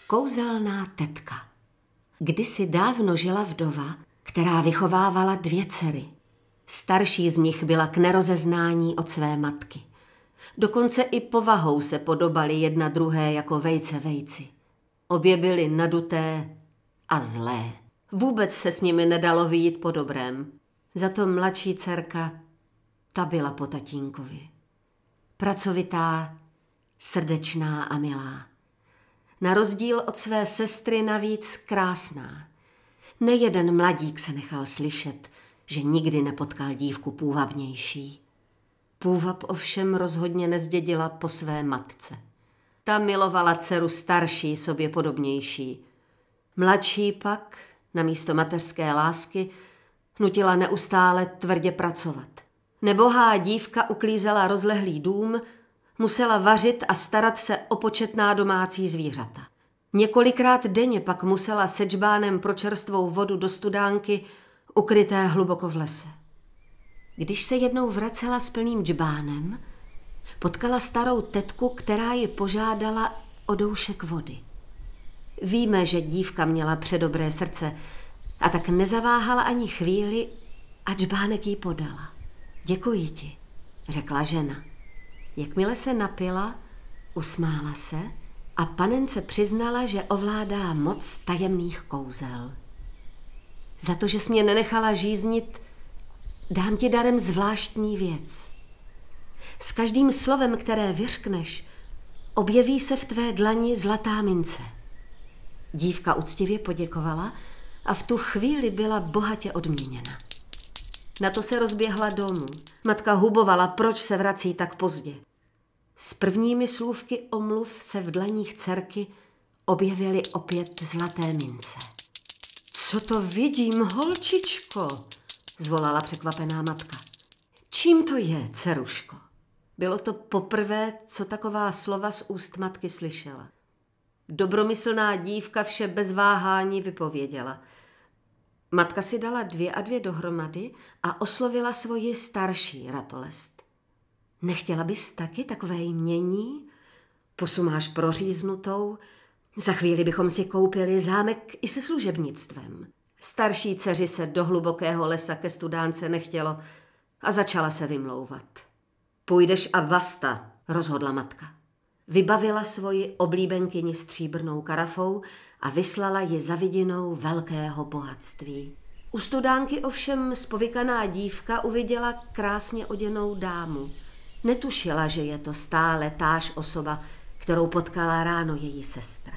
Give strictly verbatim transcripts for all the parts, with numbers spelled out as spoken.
Kouzelná tetka. Kdysi dávno žila vdova, která vychovávala dvě dcery. Starší z nich byla k nerozeznání od své matky. Dokonce i povahou se podobaly jedna druhé jako vejce vejci. Obě byly naduté a zlé. Vůbec se s nimi nedalo vyjít po dobrém. Za to mladší dcerka, ta byla po tatínkovi. Pracovitá, srdečná a milá. Na rozdíl od své sestry navíc krásná. Nejeden mladík se nechal slyšet, že nikdy nepotkal dívku půvabnější. Půvab ovšem rozhodně nezdědila po své matce. Ta milovala dceru starší, sobě podobnější. Mladší pak, namísto mateřské lásky, nutila neustále tvrdě pracovat. Nebohá dívka uklízela rozlehlý dům, musela vařit a starat se o početná domácí zvířata. Několikrát denně pak musela se džbánem pro čerstvou vodu do studánky, ukryté hluboko v lese. Když se jednou vracela s plným džbánem, potkala starou tetku, která ji požádala o doušek vody. Víme, že dívka měla předobré srdce a tak nezaváhala ani chvíli a džbánek jí podala. Děkuji ti, řekla žena. Jakmile se napila, usmála se a panence přiznala, že ovládá moc tajemných kouzel. Za to, že jsi mě nenechala žíznit, dám ti darem zvláštní věc. S každým slovem, které vyřkneš, objeví se v tvé dlani zlatá mince. Dívka uctivě poděkovala a v tu chvíli byla bohatě odměněna. Na to se rozběhla domů. Matka hubovala, proč se vrací tak pozdě. S prvními slůvky omluv se v dlaních dcerky objevily opět zlaté mince. Co to vidím, holčičko? Zvolala překvapená matka. Čím to je, dceruško? Bylo to poprvé, co taková slova z úst matky slyšela. Dobromyslná dívka vše bez váhání vypověděla. Matka si dala dvě a dvě dohromady a oslovila svoji starší ratolest. Nechtěla bys taky takové jmění? Pusu máš proříznutou. Za chvíli bychom si koupili zámek i se služebnictvem. Starší dceři se do hlubokého lesa ke studánce nechtělo a začala se vymlouvat. Půjdeš a basta, rozhodla matka. Vybavila svoji oblíbenkyni stříbrnou karafou a vyslala ji za vidinou velkého bohatství. U studánky ovšem spovykaná dívka uviděla krásně oděnou dámu. Netušila, že je to stále táž osoba, kterou potkala ráno její sestra.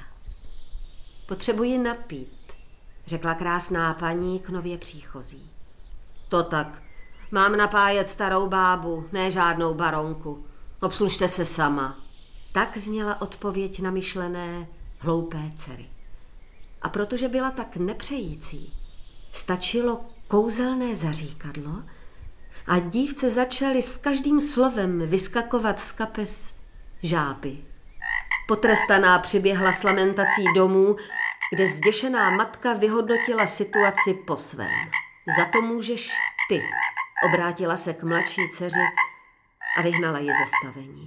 Potřebuji napít, řekla krásná paní k nově příchozí. To tak, mám napájet starou bábu, ne žádnou baronku. Obslužte se sama. Tak zněla odpověď na myšlené hloupé dcery. A protože byla tak nepřející, stačilo kouzelné zaříkadlo a dívce začaly s každým slovem vyskakovat z kapes žáby. Potrestaná přiběhla s lamentací domů, kde zděšená matka vyhodnotila situaci po svém. Za to můžeš ty, obrátila se k mladší dceři a vyhnala ji ze stavení.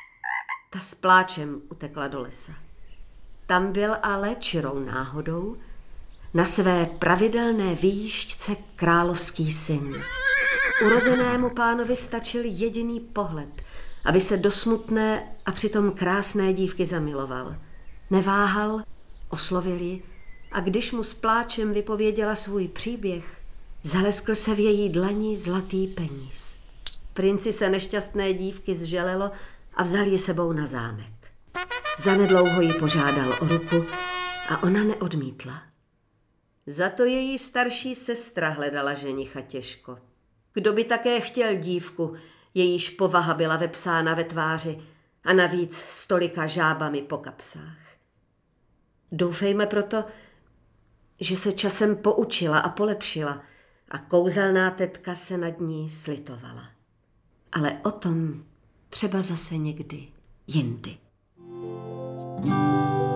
Ta s pláčem utekla do lesa. Tam byl ale čirou náhodou na své pravidelné výjížďce královský syn. Urozenému pánovi stačil jediný pohled, aby se do smutné a přitom krásné dívky zamiloval. Neváhal, oslovil ji a když mu s pláčem vypověděla svůj příběh, zaleskl se v její dlani zlatý peníz. Princi se nešťastné dívky zželelo a vzal ji sebou na zámek. Zanedlouho ji požádal o ruku a ona neodmítla. Za to její starší sestra hledala ženicha těžko. Kdo by také chtěl dívku, jejíž povaha byla vepsána ve tváři a navíc s tolika žábami po kapsách. Doufejme proto, že se časem poučila a polepšila a kouzelná tetka se nad ní slitovala. Ale o tom třeba zase někdy jindy. Thank you.